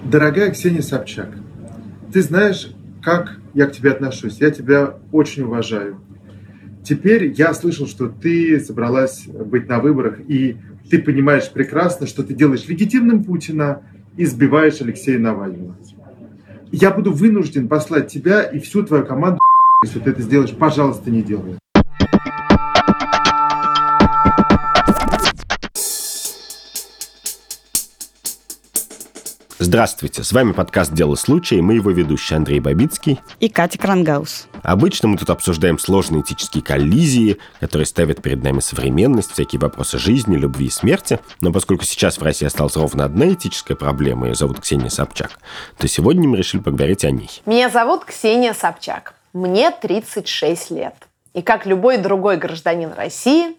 Дорогая Ксения Собчак, ты знаешь, как я к тебе отношусь. Я тебя очень уважаю. Теперь я слышал, что ты собралась быть на выборах, и ты понимаешь прекрасно, что ты делаешь легитимным Путина и сбиваешь Алексея Навального. Я буду вынужден послать тебя и всю твою команду, если ты это сделаешь. Пожалуйста, не делай. Здравствуйте, с вами подкаст «Дело случая», и мы его ведущие Андрей Бабицкий и Катя Крангаус. Обычно мы тут обсуждаем сложные этические коллизии, которые ставят перед нами современность, всякие вопросы жизни, любви и смерти. Но поскольку сейчас в России осталась ровно одна этическая проблема, ее зовут Ксения Собчак, то сегодня мы решили поговорить о ней. Меня зовут Ксения Собчак. Мне 36 лет. И как любой другой гражданин России,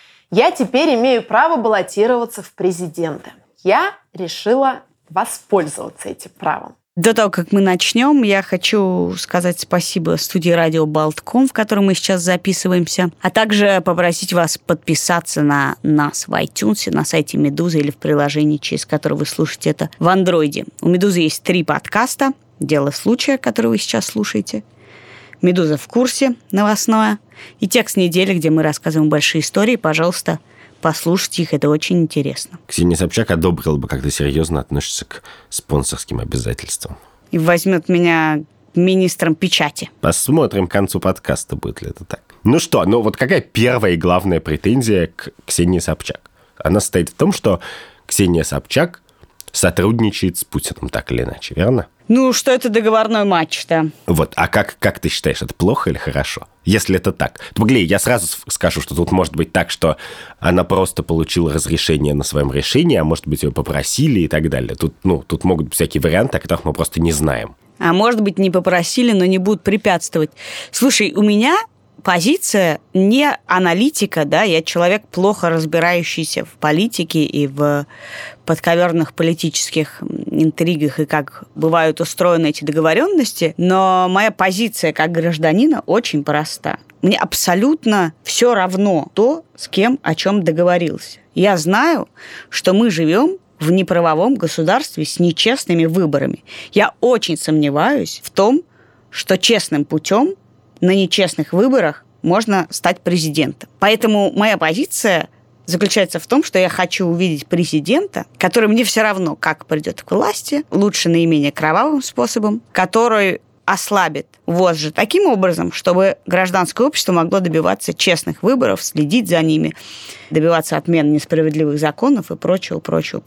я теперь имею право баллотироваться в президенты. Я решила воспользоваться этим правом. До того, как мы начнем, я хочу сказать спасибо студии «Радио Болтком», в которой мы сейчас записываемся, а также попросить вас подписаться на нас в iTunes, на сайте «Медузы» или в приложении, через которое вы слушаете это в Андроиде. У «Медузы» есть 3 подкаста. «Дело случая», который вы сейчас слушаете, «Медуза в курсе», новостное, и «Текст недели», где мы рассказываем большие истории. Пожалуйста, послушайте их, это очень интересно. Ксения Собчак одобрила бы, как ты серьезно относишься к спонсорским обязательствам. И возьмет меня министром печати. Посмотрим к концу подкаста, будет ли это так. Ну что, вот какая первая и главная претензия к Ксении Собчак? Она состоит в том, что Ксения Собчак сотрудничает с Путиным, так или иначе, верно? Ну, что это договорной матч, да. Вот, а как ты считаешь, это плохо или хорошо? Если это так. Погляди, я сразу скажу, что тут может быть так, что она просто получила разрешение на своем решении, а может быть, ее попросили и так далее. Тут могут быть всякие варианты, о которых мы просто не знаем. А может быть, не попросили, но не будут препятствовать. Слушай, у меня позиция не аналитика, да, я человек, плохо разбирающийся в политике и в подковерных политических интригах и как бывают устроены эти договоренности, но моя позиция как гражданина очень проста. Мне абсолютно все равно то, с кем о чем договорился. Я знаю, что мы живем в неправовом государстве с нечестными выборами. Я очень сомневаюсь в том, что честным путем на нечестных выборах можно стать президентом. Поэтому моя позиция заключается в том, что я хочу увидеть президента, который мне все равно, как придет к власти, лучше наименее кровавым способом, который ослабит вожжи таким образом, чтобы гражданское общество могло добиваться честных выборов, следить за ними, добиваться отмены несправедливых законов и прочего.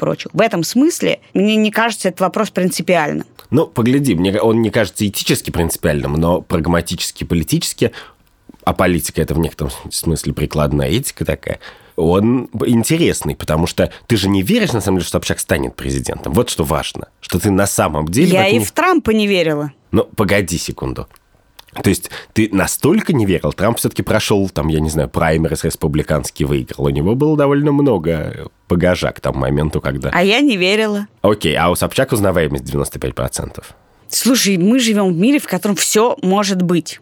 В этом смысле мне не кажется этот вопрос принципиальным. Ну, погляди, он не кажется этически принципиальным, но прагматически, политически, а политика – это в некотором смысле прикладная этика такая, он интересный, потому что ты же не веришь, на самом деле, что Собчак станет президентом. Вот что важно, что ты на самом деле... Я и в Трампа не верила. Ну, погоди секунду. То есть ты настолько не верил? Трамп все-таки прошел, праймерис республиканский выиграл. У него было довольно много багажа к тому моменту, когда... А я не верила. Окей, а у Собчак узнаваемость 95%. Слушай, мы живем в мире, в котором все может быть.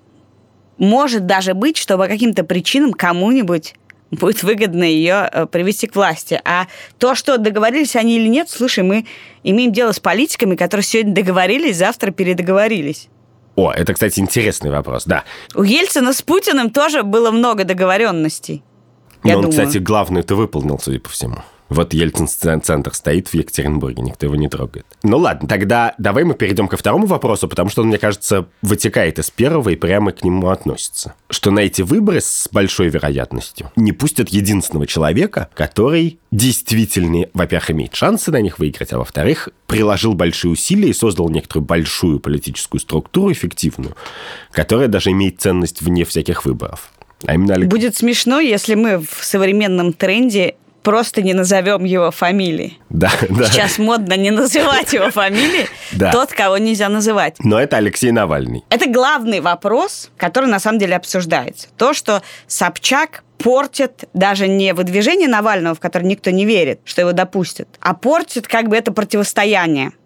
Может даже быть, что по каким-то причинам кому-нибудь будет выгодно ее привести к власти. А то, что договорились они или нет, слушай, мы имеем дело с политиками, которые сегодня договорились, завтра передоговорились. О, это, кстати, интересный вопрос, да. У Ельцина с Путиным тоже было много договоренностей. Но он, кстати, главную-то выполнил, судя по всему. Вот Ельцин-центр стоит в Екатеринбурге, никто его не трогает. Ну ладно, тогда давай мы перейдем ко второму вопросу, потому что он, мне кажется, вытекает из первого и прямо к нему относится. Что на эти выборы с большой вероятностью не пустят единственного человека, который действительно, во-первых, имеет шансы на них выиграть, а во-вторых, приложил большие усилия и создал некоторую большую политическую структуру эффективную, которая даже имеет ценность вне всяких выборов. А именно... Будет смешно, если мы в современном тренде просто не назовем его фамилии. Да. Сейчас модно не называть его фамилии, тот, кого нельзя называть. Но это Алексей Навальный. Это главный вопрос, который на самом деле обсуждается. То, что Собчак портит даже не выдвижение Навального, в которое никто не верит, что его допустят, а портит как бы это противостояние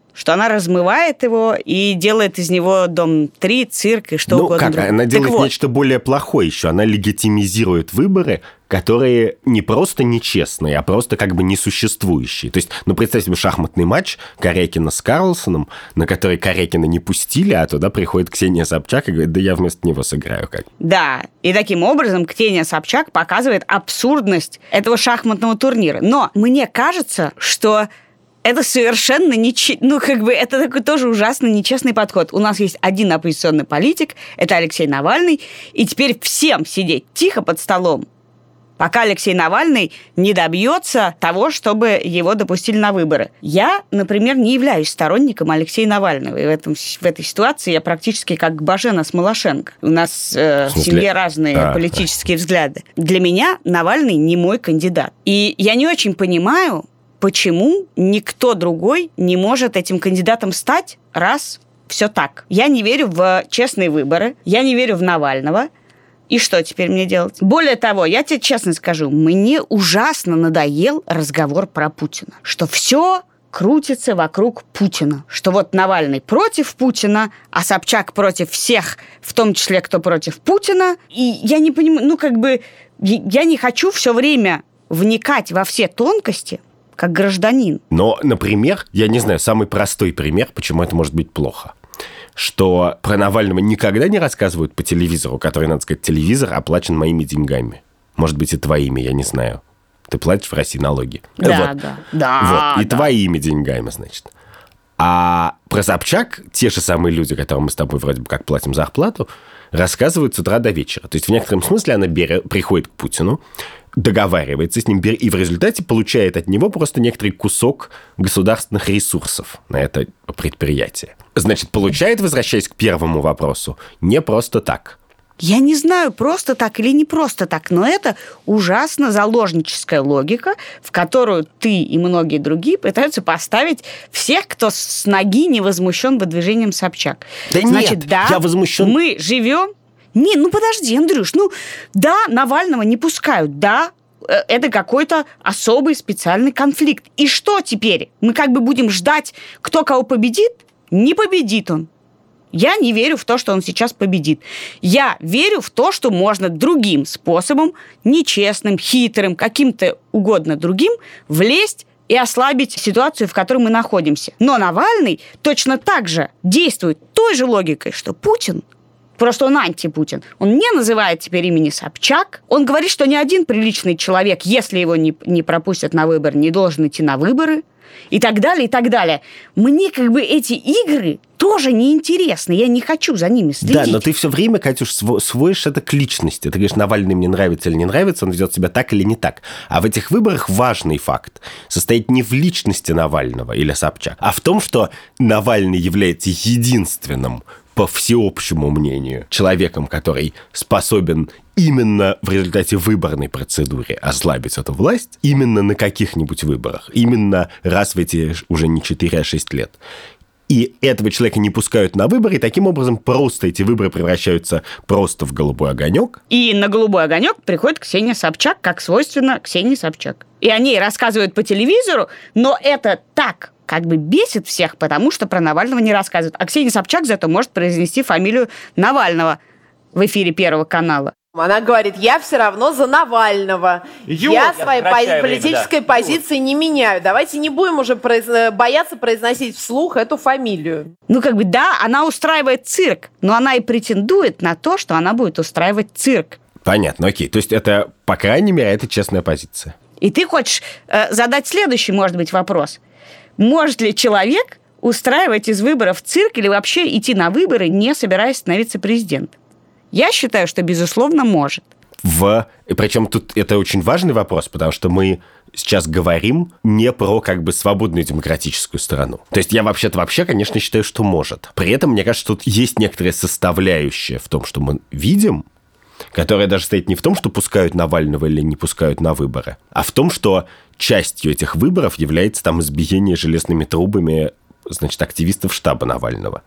что она размывает его и делает из него Дом-3, цирк и что угодно. Ну как, она делает нечто более плохое еще. Она легитимизирует выборы, которые не просто нечестные, а просто как бы несуществующие. То есть, представь себе шахматный матч Корякина с Карлсоном, на который Корякина не пустили, а туда приходит Ксения Собчак и говорит, да я вместо него сыграю как. Да, и таким образом Ксения Собчак показывает абсурдность этого шахматного турнира. Но мне кажется, что это совершенно это такой тоже ужасно нечестный подход. У нас есть один оппозиционный политик, это Алексей Навальный, и теперь всем сидеть тихо под столом, пока Алексей Навальный не добьется того, чтобы его допустили на выборы. Я, например, не являюсь сторонником Алексея Навального. И в этой ситуации я практически как Бажена с Малашенко. У нас в семье разные политические взгляды. Для меня Навальный не мой кандидат. И я не очень понимаю, почему никто другой не может этим кандидатом стать, раз все так. Я не верю в честные выборы, я не верю в Навального. И что теперь мне делать? Более того, я тебе честно скажу, мне ужасно надоел разговор про Путина. Что все крутится вокруг Путина. Что вот Навальный против Путина, а Собчак против всех, в том числе, кто против Путина. И я не понимаю, я не хочу все время вникать во все тонкости, как гражданин. Но, например, я не знаю, самый простой пример, почему это может быть плохо. Что про Навального никогда не рассказывают по телевизору, который, надо сказать, телевизор оплачен моими деньгами. Может быть, и твоими, я не знаю. Ты платишь в России налоги. Да. И твоими деньгами, значит. А про Собчак те же самые люди, которым мы с тобой вроде бы как платим зарплату, рассказывают с утра до вечера. То есть, в некотором смысле она приходит к Путину, договаривается с ним, и в результате получает от него просто некоторый кусок государственных ресурсов на это предприятие. Значит, получает, возвращаясь к первому вопросу, не просто так. Я не знаю, просто так или не просто так, но это ужасно заложническая логика, в которую ты и многие другие пытаются поставить всех, кто с ноги не возмущен выдвижением Собчак. Да значит, нет, я возмущен. Мы живем... подожди, Андрюш, да, Навального не пускают, да, это какой-то особый специальный конфликт. И что теперь? Мы как бы будем ждать, кто кого победит? Не победит он. Я не верю в то, что он сейчас победит. Я верю в то, что можно другим способом, нечестным, хитрым, каким-то угодно другим, влезть и ослабить ситуацию, в которой мы находимся. Но Навальный точно так же действует той же логикой, что Путин. Просто он антипутин. Он не называет теперь имени Собчак. Он говорит, что ни один приличный человек, если его не пропустят на выборы, не должен идти на выборы. И так далее, и так далее. Мне как бы эти игры тоже неинтересны. Я не хочу за ними следить. Да, но ты все время, Катюш, сводишь это к личности. Ты говоришь, Навальный мне нравится или не нравится, он ведет себя так или не так. А в этих выборах важный факт состоит не в личности Навального или Собчак, а в том, что Навальный является единственным, по всеобщему мнению, человеком, который способен именно в результате выборной процедуры ослабить эту власть, именно на каких-нибудь выборах, именно раз в эти уже не 4, а 6 лет. И этого человека не пускают на выборы, и таким образом просто эти выборы превращаются просто в голубой огонек. И на голубой огонек приходит Ксения Собчак, как свойственно Ксении Собчак. И о ней рассказывают по телевизору, но это так как бы бесит всех, потому что про Навального не рассказывают. А Ксения Собчак зато может произнести фамилию Навального в эфире Первого канала. Она говорит, я все равно за Навального. Я своей политической позиции не меняю. Давайте не будем уже бояться произносить вслух эту фамилию. Да, она устраивает цирк, но она и претендует на то, что она будет устраивать цирк. Понятно, окей. То есть это, по крайней мере, это честная позиция. И ты хочешь задать следующий, может быть, вопрос. Может ли человек устраивать из выборов цирк или вообще идти на выборы, не собираясь становиться президентом? Я считаю, что, безусловно, может. Причем тут это очень важный вопрос, потому что мы сейчас говорим не про как бы свободную демократическую страну. То есть я вообще, конечно, считаю, что может. При этом, мне кажется, тут есть некоторая составляющая в том, что мы видим, которая даже стоит не в том, что пускают Навального или не пускают на выборы, а в том, что частью этих выборов является там избиение железными трубами, значит, активистов штаба Навального.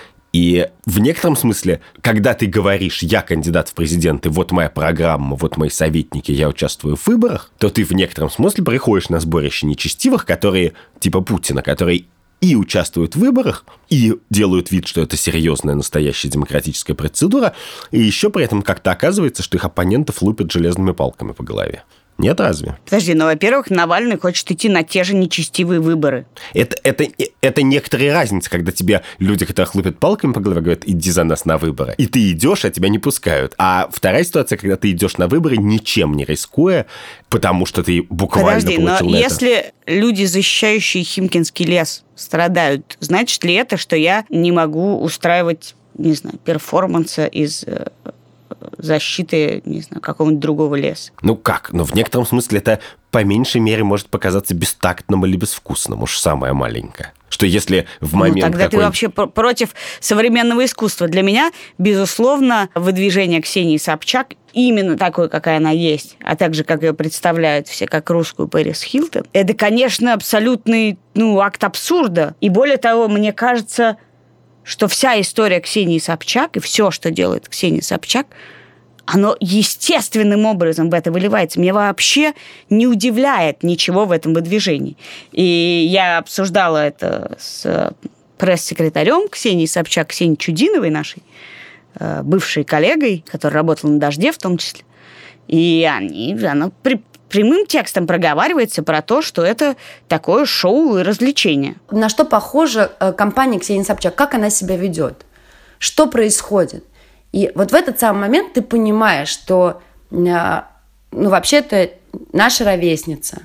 И в некотором смысле, когда ты говоришь, я кандидат в президенты, вот моя программа, вот мои советники, я участвую в выборах, то ты в некотором смысле приходишь на сборище нечестивых, которые, типа Путина, который и участвуют в выборах, и делают вид, что это серьезная, настоящая демократическая процедура, и еще при этом как-то оказывается, что их оппонентов лупят железными палками по голове. Нет, разве? Подожди, во-первых, Навальный хочет идти на те же нечестивые выборы. Это некоторые разницы, когда тебе люди, которые хлопят палками по голове, говорят, иди за нас на выборы. И ты идешь, а тебя не пускают. А вторая ситуация, когда ты идешь на выборы, ничем не рискуя, потому что ты буквально получил на это. Подожди, но если люди, защищающие Химкинский лес, страдают, значит ли это, что я не могу устраивать, не знаю, перформанса из защиты, не знаю, какого-нибудь другого леса? Ну как? Ну, в некотором смысле это по меньшей мере может показаться бестактным или безвкусным, уж самое маленькое. Что если в момент тогда ты вообще против современного искусства. Для меня, безусловно, выдвижение Ксении Собчак именно такой, какая она есть, а также, как ее представляют все, как русскую Пэрис Хилтон, это, конечно, абсолютный акт абсурда. И более того, мне кажется, что вся история Ксении Собчак и все, что делает Ксения Собчак, оно естественным образом в это выливается. Меня вообще не удивляет ничего в этом выдвижении. И я обсуждала это с пресс-секретарем Ксении Собчак, Ксенией Чудиновой, нашей бывшей коллегой, которая работала на «Дожде» в том числе. И она прямым текстом проговаривается про то, что это такое шоу и развлечение. На что похожа компания Ксении Собчак? Как она себя ведет? Что происходит? И вот в этот самый момент ты понимаешь, что вообще-то наша ровесница,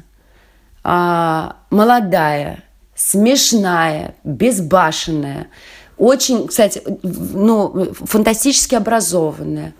молодая, смешная, безбашенная, очень, кстати, фантастически образованная,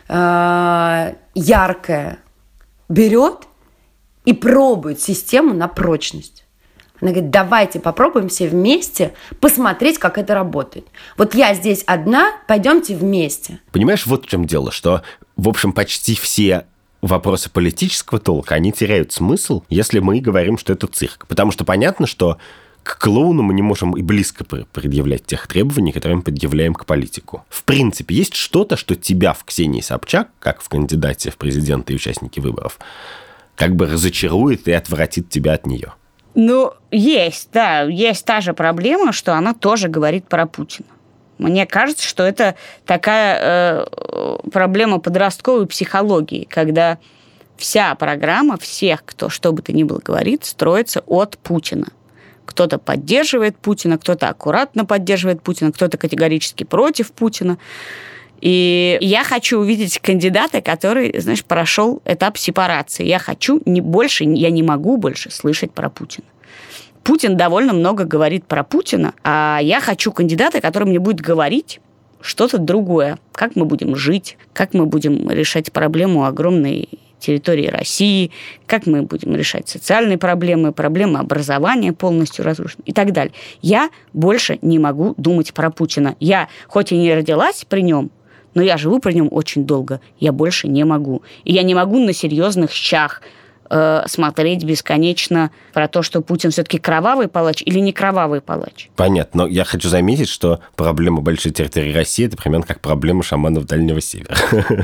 яркая, берет и пробует систему на прочность. Она говорит, давайте попробуем все вместе посмотреть, как это работает. Вот я здесь одна, пойдемте вместе. Понимаешь, вот в чем дело, что, в общем, почти все вопросы политического толка, они теряют смысл, если мы говорим, что это цирк. Потому что понятно, что к клоуну мы не можем и близко предъявлять тех требований, которые мы предъявляем к политику. В принципе, есть что-то, что тебя в Ксении Собчак, как в кандидате в президенты и участники выборов, как бы разочарует и отвратит тебя от нее. Есть та же проблема, что она тоже говорит про Путина. Мне кажется, что это такая проблема подростковой психологии, когда вся программа всех, кто что бы то ни было говорит, строится от Путина. Кто-то поддерживает Путина, кто-то аккуратно поддерживает Путина, кто-то категорически против Путина. И я хочу увидеть кандидата, который, прошел этап сепарации. Я не могу больше слышать про Путина. Путин довольно много говорит про Путина, а я хочу кандидата, который мне будет говорить что-то другое. Как мы будем жить, как мы будем решать проблему огромной территории России, как мы будем решать социальные проблемы, проблемы образования полностью разрушены и так далее. Я больше не могу думать про Путина. Я, хоть и не родилась при нем, но я живу при нем очень долго. Я больше не могу. И я не могу на серьезных щах смотреть бесконечно про то, что Путин все-таки кровавый палач или не кровавый палач. Понятно, но я хочу заметить, что проблема большой территории России – это примерно как проблема шаманов Дальнего Севера.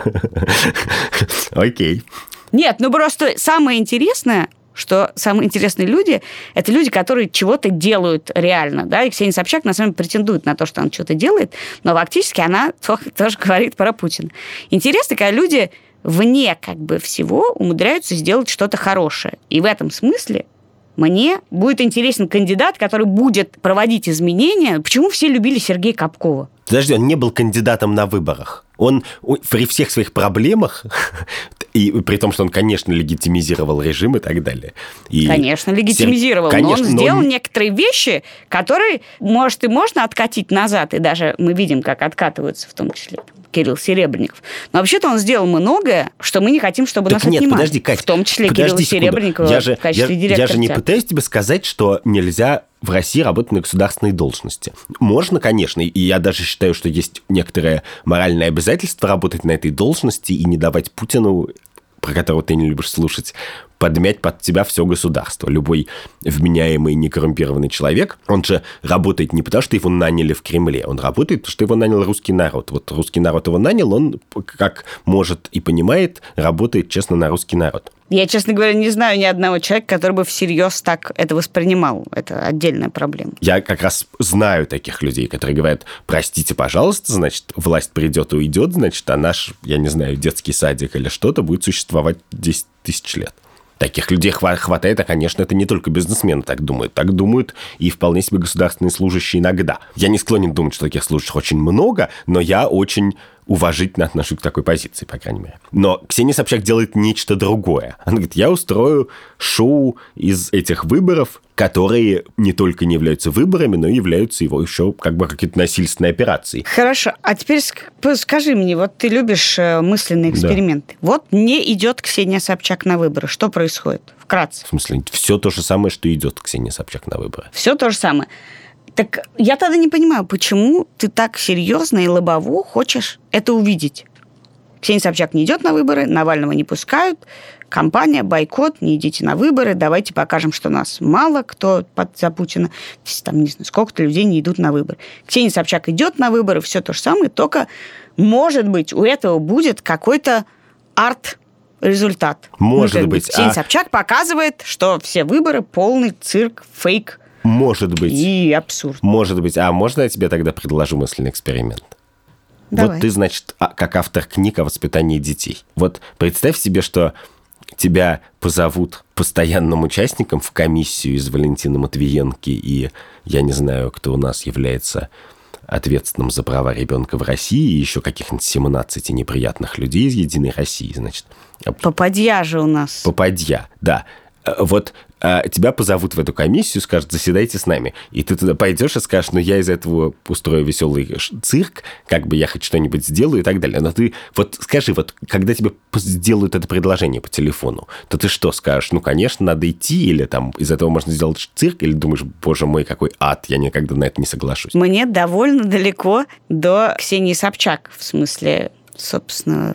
Окей. Нет, просто самое интересное, что самые интересные люди – это люди, которые чего-то делают реально. Да? И Ксения Собчак, на самом деле, претендует на то, что она что-то делает, но фактически она тоже говорит про Путина. Интересно, когда люди вне всего умудряются сделать что-то хорошее. И в этом смысле мне будет интересен кандидат, который будет проводить изменения. Почему все любили Сергея Капкова? Подожди, он не был кандидатом на выборах. Он при всех своих проблемах, и при том, что он, конечно, легитимизировал режим и так далее. Конечно, легитимизировал, но он сделал некоторые вещи, которые, может, и можно откатить назад, и даже мы видим, как откатываются в том числе Кирилл Серебренников. Но вообще-то он сделал многое, что мы не хотим, чтобы нас отнимали. Подожди, Кать, в том числе Кирилла Серебренникова в качестве директора. Я же не пытаюсь тебе сказать, что нельзя в России работать на государственной должности. Можно, конечно, и я даже считаю, что есть некоторое моральное обязательство работать на этой должности и не давать Путину, про которого ты не любишь слушать, подмять под тебя все государство. Любой вменяемый, некоррумпированный человек, он же работает не потому, что его наняли в Кремле, он работает, потому что его нанял русский народ. Вот русский народ его нанял, он, как может и понимает, работает честно на русский народ. Я, честно говоря, не знаю ни одного человека, который бы всерьез так это воспринимал. Это отдельная проблема. Я как раз знаю таких людей, которые говорят, простите, пожалуйста, значит, власть придет и уйдет, значит, а наш, я не знаю, детский садик или что-то будет существовать 10 тысяч лет. Таких людей хватает, а, конечно, это не только бизнесмены так думают. Так думают и вполне себе государственные служащие иногда. Я не склонен думать, что таких служащих очень много, но я очень уважительно отношусь к такой позиции, по крайней мере. Но Ксения Собчак делает нечто другое. Она говорит, я устрою шоу из этих выборов, которые не только не являются выборами, но и являются его еще как бы какой-то насильственной операцией. Хорошо, а теперь скажи мне, вот ты любишь мысленные эксперименты. Да. Вот не идет Ксения Собчак на выборы. Что происходит? Вкратце. В смысле, все то же самое, что идет Ксения Собчак на выборы. Все то же самое. Так я тогда не понимаю, почему ты так серьезно и лобово хочешь это увидеть. Ксения Собчак не идет на выборы, Навального не пускают, кампания, бойкот, не идите на выборы, давайте покажем, что нас мало, кто за Путина, там, не знаю, сколько-то людей не идут на выборы. Ксения Собчак идет на выборы, все то же самое, только, может быть, у этого будет какой-то арт-результат. Может быть. Ксения Собчак показывает, что все выборы полный цирк, фейк. Может быть. И абсурд. Может быть. А можно я тебе тогда предложу мысленный эксперимент? Давай. Вот ты, значит, как автор книг о воспитании детей. Вот представь себе, что тебя позовут постоянным участником в комиссию из Валентины Матвиенко и, я не знаю, кто у нас является ответственным за права ребенка в России, и еще каких-нибудь 17 неприятных людей из «Единой России», значит. Попадья же у нас. Попадья, да. Вот тебя позовут в эту комиссию, скажут, заседайте с нами. И ты туда пойдешь и скажешь, ну, я из этого устрою веселый цирк, как бы я хоть что-нибудь сделаю и так далее. Но ты вот скажи, вот когда тебе сделают это предложение по телефону, то ты что скажешь? Ну, конечно, надо идти, или там из этого можно сделать цирк, или думаешь, боже мой, какой ад, я никогда на это не соглашусь. Мне довольно далеко до Ксении Собчак, в смысле, собственно,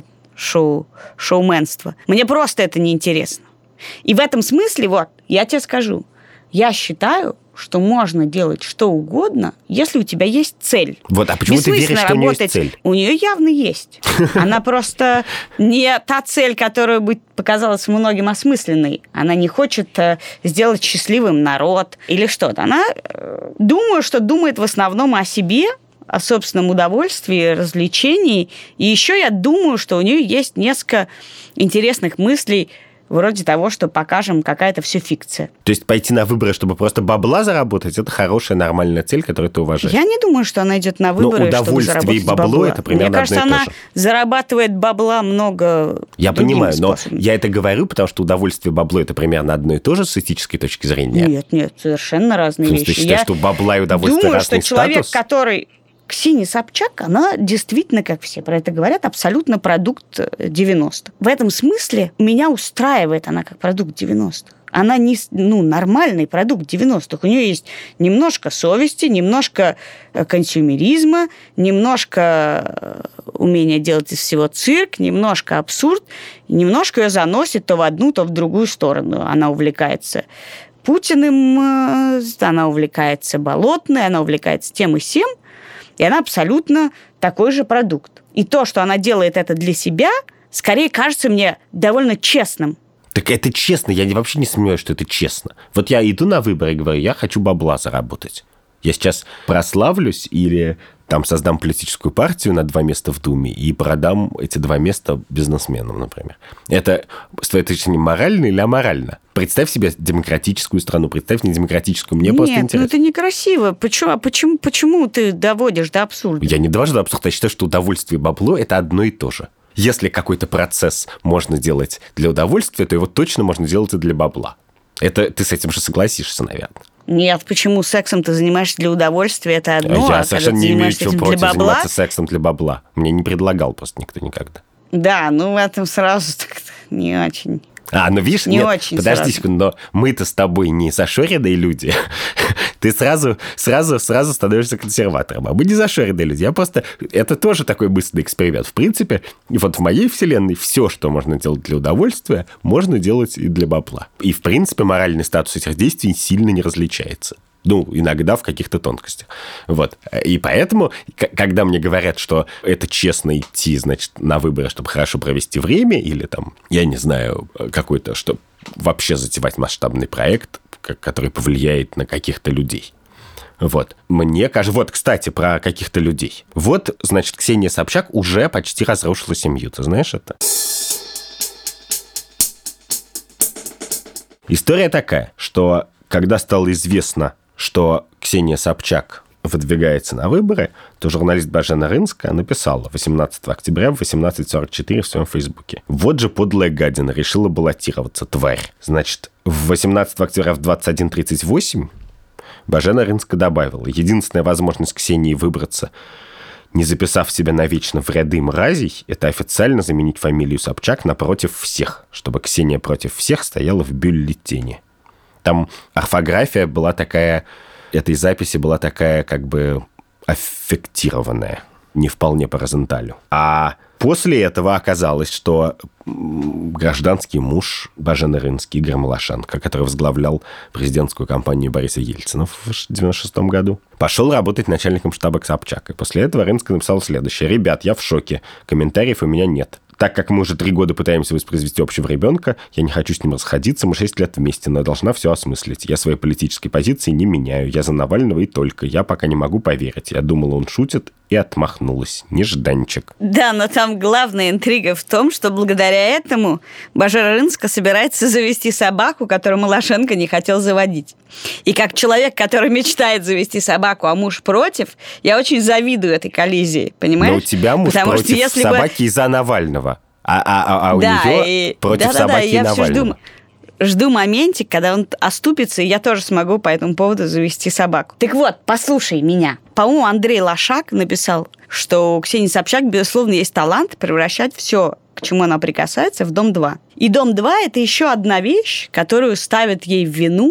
шоуменства. Мне просто это неинтересно. И в этом смысле, вот, я тебе скажу, я считаю, что можно делать что угодно, если у тебя есть цель. Вот, а почему ты веришь, что у нее есть цель? У нее явно есть. Она просто не та цель, которая бы показалась многим осмысленной. Она не хочет сделать счастливым народ или что-то. Она, думаю, что думает в основном о себе, о собственном удовольствии, развлечении. И еще я думаю, что у нее есть несколько интересных мыслей, вроде того, что покажем, какая-то все фикция. То есть пойти на выборы, чтобы просто бабла заработать, это хорошая, нормальная цель, которую ты уважаешь? Я не думаю, что она идет на выборы, чтобы заработать бабло. Удовольствие и бабло – это примерно Мне кажется, одно и она то же. зарабатывает бабла много Я понимаю, способами. Но я это говорю, потому что удовольствие и бабло – это примерно одно и то же с этической точки зрения. Нет, совершенно разные вещи. Ты считаешь, что бабла и удовольствие разный статус? Думаю, что человек, который... Ксения Собчак, она действительно, как все про это говорят, абсолютно продукт 90-х. В этом смысле меня устраивает она как продукт 90-х. Она не, нормальный продукт 90-х. У нее есть немножко совести, немножко консюмеризма, немножко умения делать из всего цирк, немножко абсурд, и немножко ее заносит то в одну, то в другую сторону. Она увлекается Путиным, она увлекается Болотной, она увлекается тем и сем, и она абсолютно такой же продукт. И то, что она делает это для себя, скорее кажется мне довольно честным. Так это честно, я вообще не сомневаюсь, что это честно. Вот я иду на выборы и говорю, я хочу бабла заработать. Я сейчас прославлюсь или там создам политическую партию на 2 места в Думе и продам эти 2 места бизнесменам, например. Это, с твоей точки зрения, морально или аморально? Представь себе демократическую страну, представь недемократическую. Мне просто интересно. Нет, это некрасиво. Почему ты доводишь до абсурда? Я не довожу до абсурда. Я считаю, что удовольствие и бабло – это одно и то же. Если какой-то процесс можно делать для удовольствия, то его точно можно делать и для бабла. Это ты с этим же согласишься, наверное. Нет, почему сексом ты занимаешься для удовольствия, это одно, я совершенно не имею ничего против заниматься сексом для бабла. Мне не предлагал просто никто никогда. Да, в этом сразу не очень. Ну видишь, не очень подожди секунду, но мы-то с тобой не зашоренные люди. Ты сразу становишься консерватором. А мы не зашоренные люди. Это тоже такой быстрый эксперимент. В принципе, вот в моей вселенной все, что можно делать для удовольствия, можно делать и для бабла. И, в принципе, моральный статус этих действий сильно не различается. Ну, иногда в каких-то тонкостях. Вот. И поэтому, когда мне говорят, что это честно идти, значит, на выборы, чтобы хорошо провести время, или там, я не знаю, какой-то, чтобы вообще затевать масштабный проект, который повлияет на каких-то людей. Вот. Мне кажется... Вот, кстати, про каких-то людей. Вот, значит, Ксения Собчак уже почти разрушила семью. Ты знаешь это? История такая, что когда стало известно, что Ксения Собчак выдвигается на выборы, то журналист Божена Рынская написала 18 октября в 18:44 в своем фейсбуке: «Вот же подлая гадина, решила баллотироваться, тварь». Значит, 18 октября в 21:38 Божена Рынская добавила: «Единственная возможность Ксении выбраться, не записав себя навечно в ряды мразей, это официально заменить фамилию Собчак на «против всех», чтобы Ксения против всех стояла в бюллетене». Там орфография была такая, этой записи была такая как бы аффектированная, не вполне по Розенталю. А после этого оказалось, что гражданский муж Божены Рынской, Игорь Малашенко, который возглавлял президентскую кампанию Бориса Ельцина в 1996 году, пошел работать начальником штаба к Собчак. И после этого Рынская написала следующее: «Ребят, я в шоке. Комментариев у меня нет. Так как мы уже 3 года пытаемся воспроизвести общего ребенка, я не хочу с ним расходиться, мы 6 лет вместе, но я должна все осмыслить. Я своей политической позиции не меняю. Я за Навального и только. Я пока не могу поверить. Я думала, он шутит, и отмахнулась. Нежданчик». Да, но там главная интрига в том, что благодаря этому Божена Рынская собирается завести собаку, которую Малашенко не хотел заводить. И как человек, который мечтает завести собаку, а муж против, я очень завидую этой коллизии, понимаешь? Но у тебя муж против собаки из-за Навального, а у нее против собаки и Навального. Жду моментик, когда он оступится, и я тоже смогу по этому поводу завести собаку. Так вот, послушай меня. По-моему, Андрей Лошак написал, что у Ксении Собчак, безусловно, есть талант превращать все, к чему она прикасается, в Дом-2. И Дом-2 – это еще одна вещь, которую ставит ей в вину.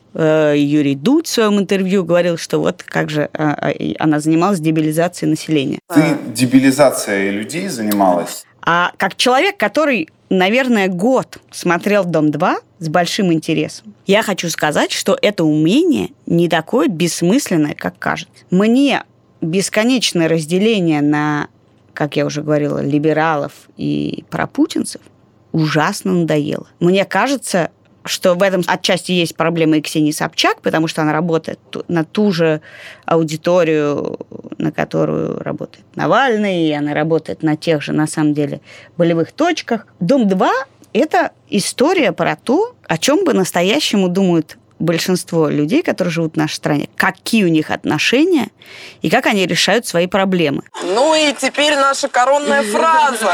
Юрий Дудь в своем интервью говорил, что вот как же она занималась дебилизацией населения. Ты дебилизацией людей занималась? А как человек, который, наверное, год смотрел «Дом-2» с большим интересом, я хочу сказать, что это умение не такое бессмысленное, как кажется. Мне бесконечное разделение на, как я уже говорила, либералов и пропутинцев ужасно надоело. Мне кажется, что в этом отчасти есть проблема и Ксении Собчак, потому что она работает на ту же аудиторию, на которую работает Навальный, и она работает на тех же, на самом деле, болевых точках. «Дом-2» – это история про то, о чем по-настоящему думают большинство людей, которые живут в нашей стране, какие у них отношения и как они решают свои проблемы. Ну и теперь наша коронная фраза.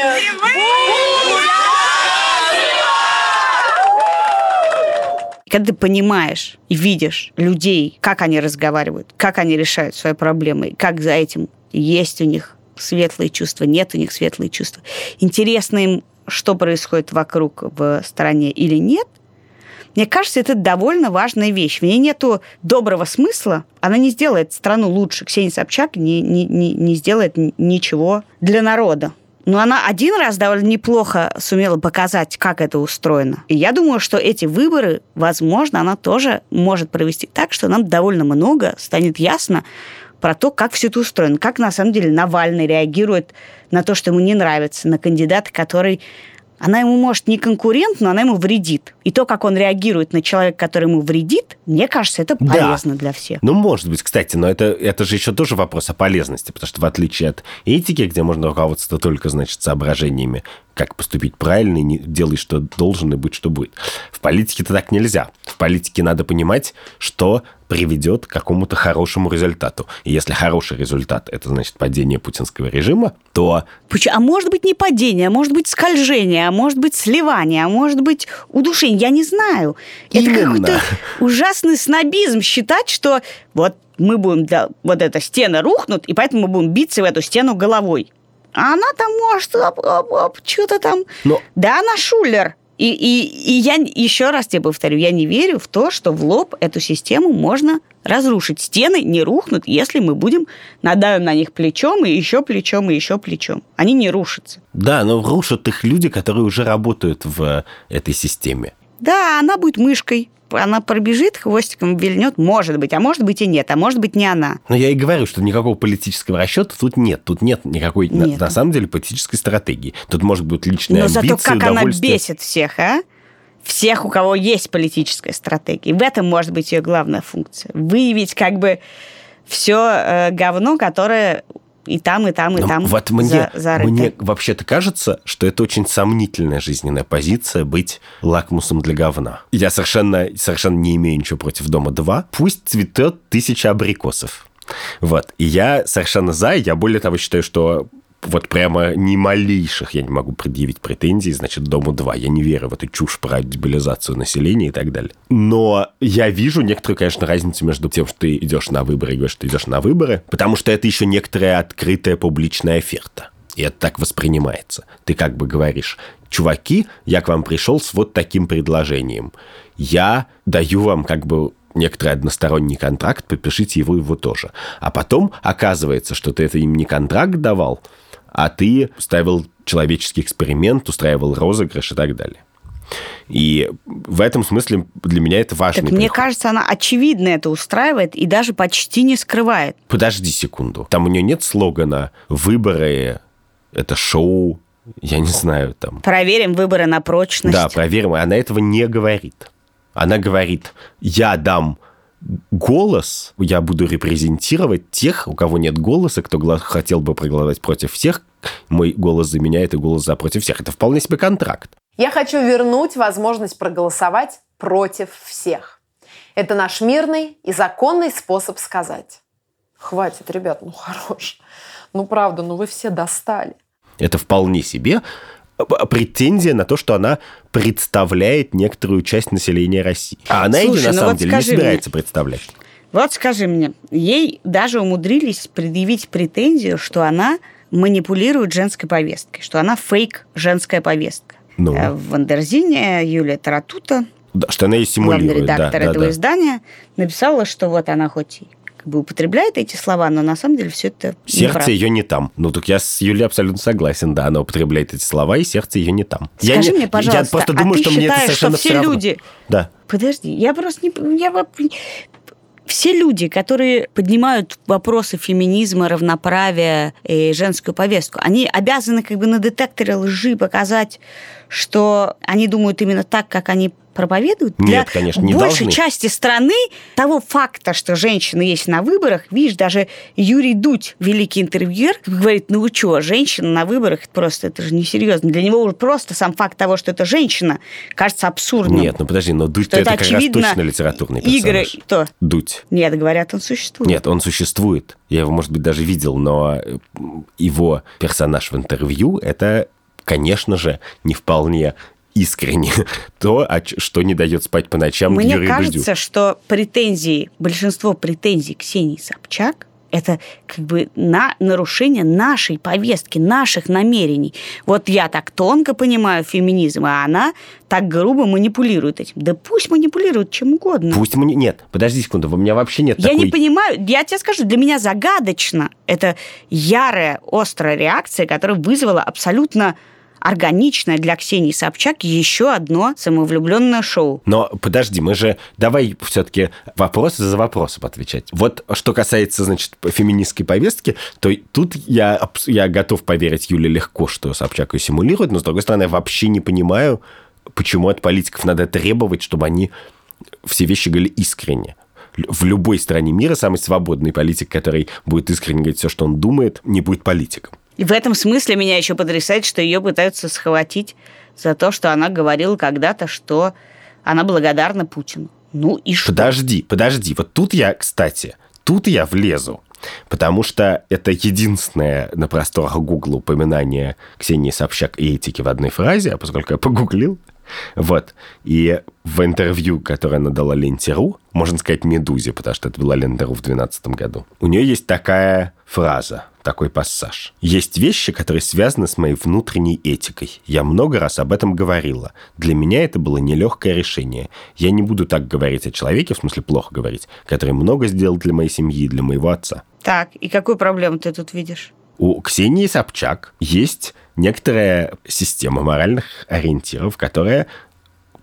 Когда ты понимаешь и видишь людей, как они разговаривают, как они решают свои проблемы, как за этим есть у них светлые чувства, нет у них светлые чувства, интересно им, что происходит вокруг в стране или нет, мне кажется, это довольно важная вещь. В ней нету доброго смысла, она не сделает страну лучше. Ксения Собчак не сделает ничего для народа. Но она один раз довольно неплохо сумела показать, как это устроено. И я думаю, что эти выборы, возможно, она тоже может провести так, что нам довольно много станет ясно про то, как все это устроено. Как, на самом деле, Навальный реагирует на то, что ему не нравится, на кандидата, который... Она ему, может, не конкурент, но она ему вредит. И то, как он реагирует на человека, который ему вредит, мне кажется, это полезно для всех. Ну, может быть, кстати, но это же еще тоже вопрос о полезности, потому что в отличие от этики, где можно руководствоваться только, значит, соображениями, как поступить правильно, и не делай, что должен, и быть, что будет. В политике-то так нельзя. В политике надо понимать, что приведет к какому-то хорошему результату. И если хороший результат – это, значит, падение путинского режима, то... А может быть, не падение, а может быть, скольжение, а может быть, сливание, а может быть, удушение. Я не знаю. Именно. Это какой-то ужасный снобизм считать, что вот мы будем... Вот эта стена рухнут, и поэтому мы будем биться в эту стену головой. А она там может... что-то там... Но... Да, она шулер. И я еще раз тебе повторю, я не верю в то, что в лоб эту систему можно разрушить. Стены не рухнут, если мы будем надавим на них плечом, и еще плечом, и еще плечом. Они не рушатся. Да, но рушат их люди, которые уже работают в этой системе. Да, она будет мышкой. Она пробежит, хвостиком вильнет, может быть, а может быть и нет, а может быть не она. Но я и говорю, что никакого политического расчета тут нет. Тут нет никакой, на самом деле, политической стратегии. Тут может быть личная амбиция, но зато как она удовольствие. бесит всех, а? Всех, у кого есть политическая стратегия. В этом может быть ее главная функция. Выявить как бы все говно, которое и там, и там, и там вот мне вообще-то кажется, что это очень сомнительная жизненная позиция быть лакмусом для говна. Я совершенно не имею ничего против «Дома-2». Пусть цветет 1000 абрикосов. Вот. И я совершенно за. Я более того считаю, что вот прямо ни малейших я не могу предъявить претензий, значит, «Дому-2». Я не верю в эту чушь про дебилизацию населения и так далее. Но я вижу некоторую, конечно, разницу между тем, что ты идешь на выборы и говоришь, что ты идешь на выборы, потому что это еще некоторая открытая публичная оферта. И это так воспринимается. Ты как бы говоришь: чуваки, я к вам пришел с вот таким предложением. Я даю вам как бы некоторый односторонний контракт, подпишите его тоже. А потом оказывается, что ты это им не контракт давал, а ты ставил человеческий эксперимент, устраивал розыгрыш и так далее. И в этом смысле для меня это важный приход. Мне кажется, она очевидно это устраивает и даже почти не скрывает. Подожди секунду. Там у нее нет слогана «Выборы – это шоу», я не знаю, там... Проверим выборы на прочность. Да, проверим. Она этого не говорит. Она говорит: я дам голос, я буду репрезентировать тех, у кого нет голоса, кто хотел бы проголосовать против всех. Мой голос за меня – это голос за против всех. Это вполне себе контракт. Я хочу вернуть возможность проголосовать против всех. Это наш мирный и законный способ сказать: хватит, ребят, ну хорош. Ну правда, ну вы все достали. Это вполне себе претензия на то, что она представляет некоторую часть населения России. А она ее на самом деле не собирается представлять. Вот скажи мне, ей даже умудрились предъявить претензию, что она манипулирует женской повесткой, что она фейк женская повестка. Ну. В Андерзине Юлия Таратута, да, что она ее симулирует. Главный редактор этого издания, написала, что вот она хоть и как бы употребляет эти слова, но на самом деле все это сердце неправда. ее не там. Ну, так я с Юлей абсолютно согласен, да, она употребляет эти слова, и сердце ее не там. Скажи мне, пожалуйста, я просто думаю, ты что мне это считаешь, совершенно что все все равно. люди... Да. Подожди, я просто не... Все люди, которые поднимают вопросы феминизма, равноправия и женскую повестку, они обязаны как бы на детекторе лжи показать, что они думают именно так, как они проповедуют. Нет, конечно, не большей должны. Части страны того факта, что женщины есть на выборах, видишь, даже Юрий Дудь, великий интервьюер, говорит: ну вы что, женщина на выборах, это же несерьезно. Для него уже просто сам факт того, что это женщина, кажется абсурдным. Нет, ну подожди, но Дудь это как раз точно литературный персонаж. Игры, кто? Дудь. Нет, говорят, он существует. Нет, он существует. Я его, может быть, даже видел, но его персонаж в интервью, это, конечно же, не вполне искренне то, что не дает спать по ночам Юрию Дудю. Мне кажется, что большинство претензий Ксении Собчак – это как бы на нарушение нашей повестки, наших намерений. Вот я так тонко понимаю феминизм, а она так грубо манипулирует этим. Да пусть манипулирует чем угодно. Нет, подожди секунду, у меня вообще нет Я такой... не понимаю, я тебе скажу, для меня загадочно. Это ярая, острая реакция, которая вызвала абсолютно органичное для Ксении Собчак еще одно самовлюбленное шоу. Но подожди, мы же... Давай все-таки вопрос за вопросом отвечать. Вот что касается, значит, феминистской повестки, то тут я готов поверить Юле легко, что Собчак ее симулирует, но, с другой стороны, я вообще не понимаю, почему от политиков надо требовать, чтобы они все вещи говорили искренне. В любой стране мира самый свободный политик, который будет искренне говорить все, что он думает, не будет политиком. И в этом смысле меня еще потрясает, что ее пытаются схватить за то, что она говорила когда-то, что она благодарна Путину. Ну и что? Подожди. Вот тут я влезу. Потому что это единственное на просторах Гугла упоминание Ксении Собчак и этики в одной фразе, а поскольку я погуглил, вот, и в интервью, которое она дала Ленте.ру, можно сказать «Медузе», потому что это была Лента.ру в 2012 году, у нее есть такая фраза, такой пассаж. «Есть вещи, которые связаны с моей внутренней этикой. Я много раз об этом говорила. Для меня это было нелегкое решение. Я не буду так говорить о человеке, в смысле плохо говорить, который много сделал для моей семьи и для моего отца». Так, и какую проблему ты тут видишь? У Ксении Собчак есть некоторая система моральных ориентиров, которая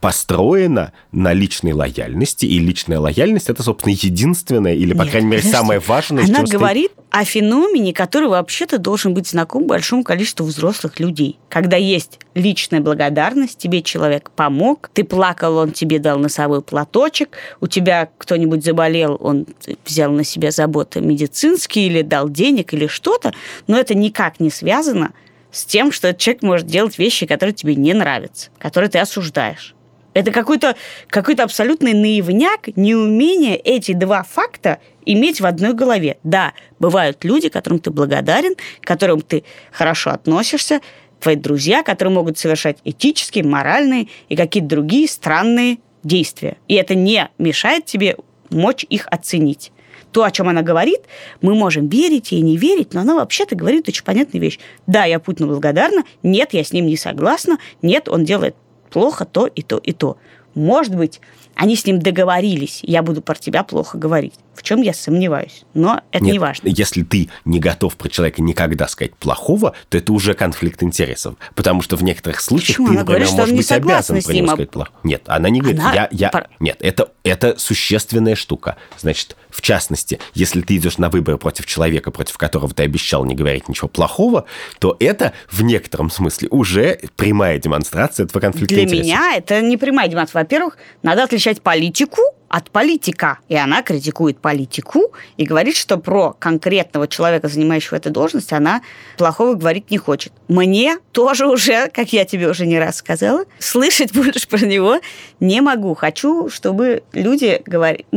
построена на личной лояльности, и личная лояльность – это, собственно, единственное, или, по крайней мере, самое важное, Она говорит о феномене, который вообще-то должен быть знаком большому количеству взрослых людей. Когда есть личная благодарность, тебе человек помог, ты плакал, он тебе дал носовой платочек, у тебя кто-нибудь заболел, он взял на себя заботы медицинские или дал денег или что-то, но это никак не связано с тем, что этот человек может делать вещи, которые тебе не нравятся, которые ты осуждаешь. Это какой-то абсолютный наивняк, неумение эти два факта иметь в одной голове. Да, бывают люди, которым ты благодарен, к которым ты хорошо относишься, твои друзья, которые могут совершать этические, моральные и какие-то другие странные действия. И это не мешает тебе мочь их оценить. То, о чем она говорит, мы можем верить ей, не верить, но она вообще-то говорит очень понятную вещь. Да, я Путину благодарна, нет, я с ним не согласна, нет, он делает плохо то и то и то. Может быть, они с ним договорились, я буду про тебя плохо говорить. В чем я сомневаюсь, но это не важно. Если ты не готов про человека никогда сказать плохого, то это уже конфликт интересов. Потому что в некоторых случаях Почему? ты, Она например, говорит, можешь быть обязан про него сказать плохо. Нет, она не говорит. Нет, это существенная штука. Значит, в частности, если ты идешь на выборы против человека, против которого ты обещал не говорить ничего плохого, то это в некотором смысле уже прямая демонстрация этого конфликта интересов. Для меня это не прямая демонстрация. Во-первых, надо отличать политику от политика. И она критикует политику и говорит, что про конкретного человека, занимающего эту должность, она плохого говорить не хочет. Мне тоже уже, как я тебе уже не раз сказала, слышать больше про него не могу. Хочу, чтобы люди говорили,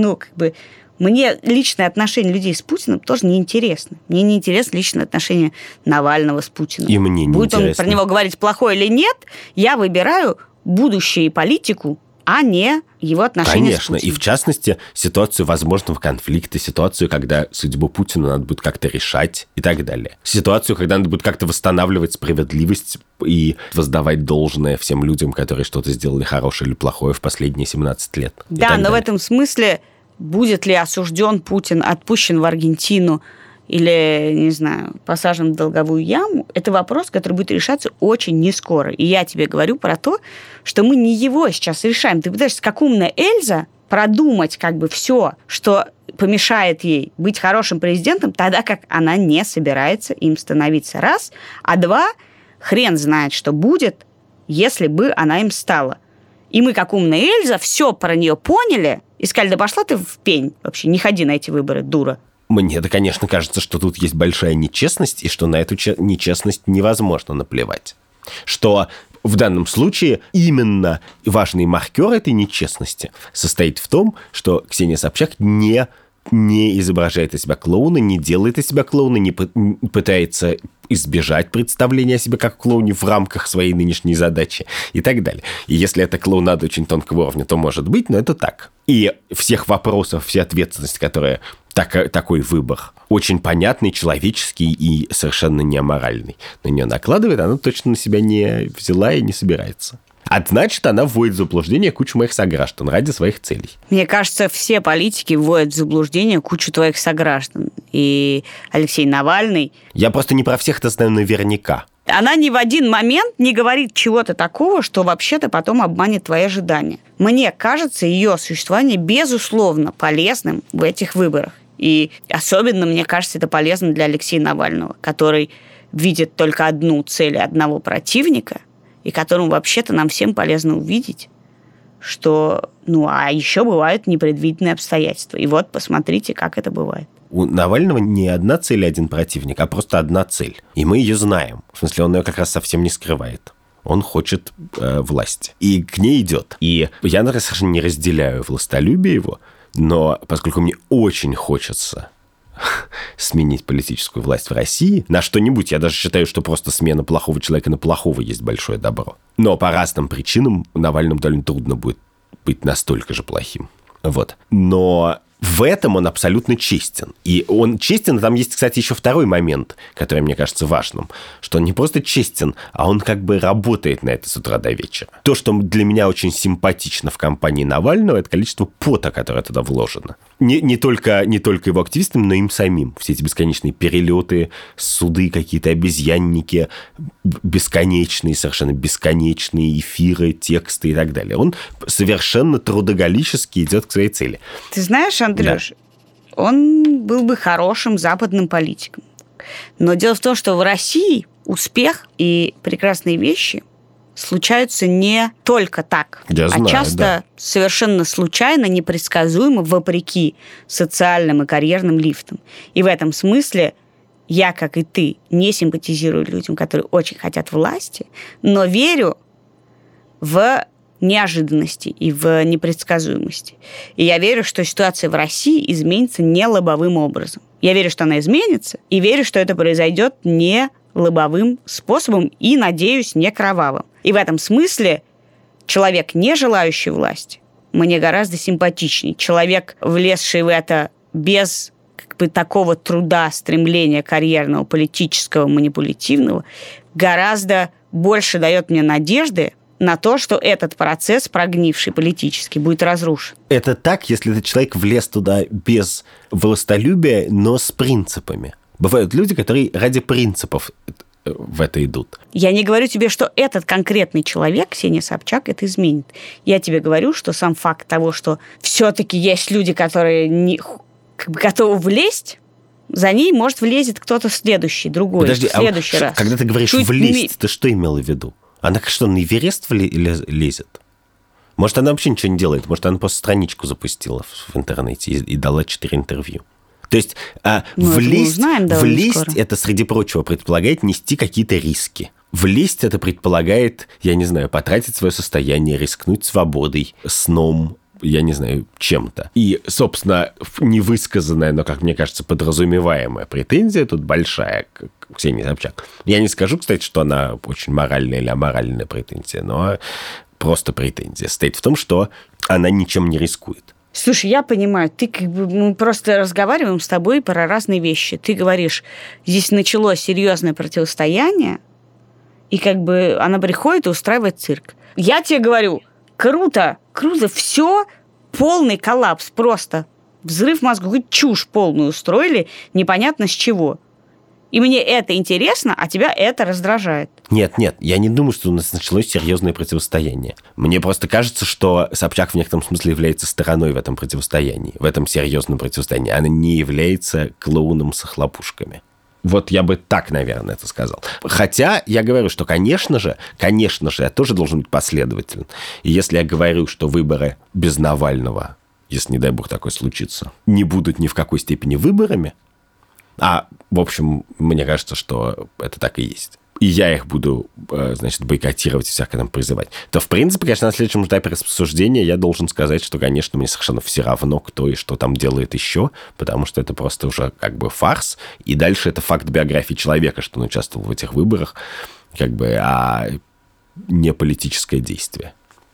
мне личные отношения людей с Путиным тоже неинтересно. Мне неинтересно личные отношения Навального с Путиным. И мне не Будет интересно. он про него говорить плохое или нет, я выбираю будущее и политику, а не его отношения Конечно, с Путиным. и в частности, ситуацию возможного конфликта, ситуацию, когда судьбу Путина надо будет как-то решать и так далее. Ситуацию, когда надо будет как-то восстанавливать справедливость и воздавать должное всем людям, которые что-то сделали хорошее или плохое в последние 17 лет. Да, но в этом смысле, будет ли осужден Путин, отпущен в Аргентину или, не знаю, посажен в долговую яму, это вопрос, который будет решаться очень нескоро. И я тебе говорю про то, что мы не его сейчас решаем. Ты пытаешься, как умная Эльза, продумать все, что помешает ей быть хорошим президентом, тогда как она не собирается им становиться. Раз. А два, хрен знает, что будет, если бы она им стала. И мы, как умная Эльза, все про нее поняли и сказали, да пошла ты в пень вообще, не ходи на эти выборы, дура. Мне-то, конечно, кажется, что тут есть большая нечестность, и что на эту нечестность невозможно наплевать. Что в данном случае именно важный маркер этой нечестности состоит в том, что Ксения Собчак не изображает из себя клоуна, не делает из себя клоуна, не пытается избежать представления о себе как клоуне в рамках своей нынешней задачи и так далее. И если это клоунада очень тонкого уровня, то может быть, но это так. И всех вопросов, вся ответственность, которая такой выбор очень понятный, человеческий и совершенно не аморальный на нее накладывает, она точно на себя не взяла и не собирается. А значит, она вводит в заблуждение кучу моих сограждан ради своих целей. Мне кажется, все политики вводят в заблуждение кучу твоих сограждан. И Алексей Навальный... Я просто не про всех это знаю наверняка. Она ни в один момент не говорит чего-то такого, что вообще-то потом обманет твои ожидания. Мне кажется, ее существование безусловно полезным в этих выборах. И особенно, мне кажется, это полезно для Алексея Навального, который видит только одну цель одного противника, и которому вообще-то нам всем полезно увидеть, что, а еще бывают непредвиденные обстоятельства. И вот посмотрите, как это бывает. У Навального не одна цель и один противник, а просто одна цель. И мы ее знаем. В смысле, он ее как раз совсем не скрывает. Он хочет власти. И к ней идет. И я, наверное, совершенно не разделяю властолюбие его, но поскольку мне очень хочется сменить политическую власть в России на что-нибудь, я даже считаю, что просто смена плохого человека на плохого есть большое добро. Но по разным причинам Навальному довольно трудно будет быть настолько же плохим. Вот. Но в этом он абсолютно честен. И он честен, и там есть, кстати, еще второй момент, который мне кажется важным, что он не просто честен, а он как бы работает на это с утра до вечера. То, что для меня очень симпатично в кампании Навального, это количество пота, которое туда вложено. Не только его активистам, но и им самим. Все эти бесконечные перелеты, суды, какие-то обезьянники, бесконечные, совершенно бесконечные эфиры, тексты и так далее. Он совершенно трудоголически идет к своей цели. Ты знаешь, Андрюш, он был бы хорошим западным политиком. Но дело в том, что в России успех и прекрасные вещи случаются не только так, знаю, часто совершенно случайно, непредсказуемо, вопреки социальным и карьерным лифтам. И в этом смысле я, как и ты, не симпатизирую людям, которые очень хотят власти, но верю в неожиданности и в непредсказуемости. И я верю, что ситуация в России изменится не лобовым образом. Я верю, что она изменится, и верю, что это произойдет не лобовым способом и, надеюсь, не кровавым. И в этом смысле человек, не желающий власти, мне гораздо симпатичнее. Человек, влезший в это без такого труда, стремления карьерного, политического, манипулятивного, гораздо больше дает мне надежды на то, что этот процесс, прогнивший политически, будет разрушен. Это так, если этот человек влез туда без властолюбия, но с принципами. Бывают люди, которые ради принципов в это идут. Я не говорю тебе, что этот конкретный человек, Ксения Собчак, это изменит. Я тебе говорю, что сам факт того, что все-таки есть люди, которые готовы влезть, за ней, может, влезет кто-то следующий, другой, Подожди, в следующий раз. Когда ты говоришь «влезть», ты что имела в виду? Она что, на Эверест лезет? Может, она вообще ничего не делает? Может, она просто страничку запустила в интернете и дала 4 интервью? То есть влезть, это, среди прочего, предполагает нести какие-то риски. Влезть это предполагает, я не знаю, потратить свое состояние, рискнуть свободой, сном, я не знаю, чем-то. И, собственно, невысказанная, но, как мне кажется, подразумеваемая претензия тут большая к Ксении Собчак. Я не скажу, кстати, что она очень моральная или аморальная претензия, но просто претензия состоит в том, что она ничем не рискует. Слушай, я понимаю, мы просто разговариваем с тобой про разные вещи. Ты говоришь, здесь началось серьезное противостояние, и она приходит и устраивает цирк. Я тебе говорю, круто, все, полный коллапс, просто взрыв мозга, хоть чушь полную устроили, непонятно с чего. И мне это интересно, а тебя это раздражает. Нет, я не думаю, что у нас началось серьезное противостояние. Мне просто кажется, что Собчак в некотором смысле является стороной в этом противостоянии, в этом серьезном противостоянии. Она не является клоуном с хлопушками. Вот я бы так, наверное, это сказал. Хотя я говорю, что, конечно же, я тоже должен быть последователен. И если я говорю, что выборы без Навального, если, не дай бог, такое случится, не будут ни в какой степени выборами, в общем, мне кажется, что это так и есть, и я их буду, бойкотировать и всяко там призывать, то, в принципе, конечно, на следующем этапе рассуждения я должен сказать, что, конечно, мне совершенно все равно, кто и что там делает еще, потому что это просто уже фарс, и дальше это факт биографии человека, что он участвовал в этих выборах, а не политическое действие.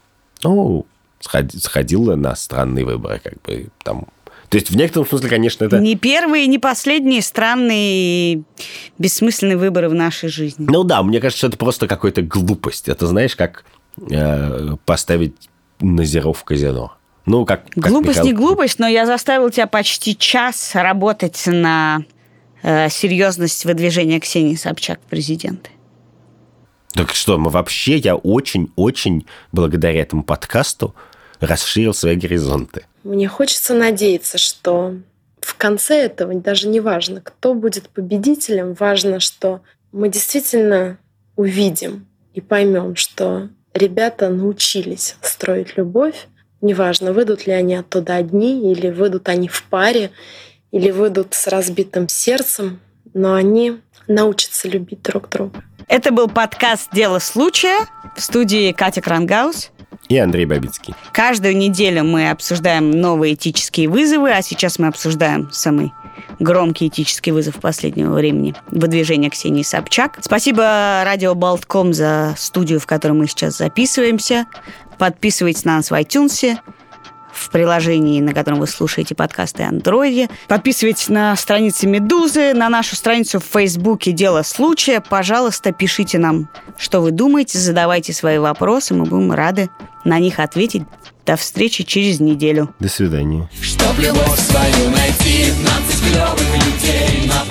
Сходила на странные выборы, там... То есть, в некотором смысле, конечно, это... Не первые, не последние странные бессмысленные выборы в нашей жизни. Ну да, мне кажется, что это просто какая-то глупость. Это, знаешь, как поставить на зеро в казино. Глупость не глупость, но я заставил тебя почти час работать на серьезность выдвижения Ксении Собчак в президенты. Так что, я очень-очень благодаря этому подкасту расширил свои горизонты. Мне хочется надеяться, что в конце этого даже не важно, кто будет победителем, важно, что мы действительно увидим и поймем, что ребята научились строить любовь. Неважно, выйдут ли они оттуда одни, или выйдут они в паре, или выйдут с разбитым сердцем, но они научатся любить друг друга. Это был подкаст «Дело случая» в студии Катя Крангаус и Андрей Бабицкий. Каждую неделю мы обсуждаем новые этические вызовы, а сейчас мы обсуждаем самый громкий этический вызов последнего времени – выдвижение Ксении Собчак. Спасибо Радио Болтком за студию, в которой мы сейчас записываемся. Подписывайтесь на нас в iTunes, в приложении, на котором вы слушаете подкасты Андроиде. Подписывайтесь на страницы «Медузы», на нашу страницу в Фейсбуке «Дело случая». Пожалуйста, пишите нам, что вы думаете, задавайте свои вопросы, мы будем рады на них ответить. До встречи через неделю. До свидания. Чтоб любовь свою найти, 15 клёвых людей.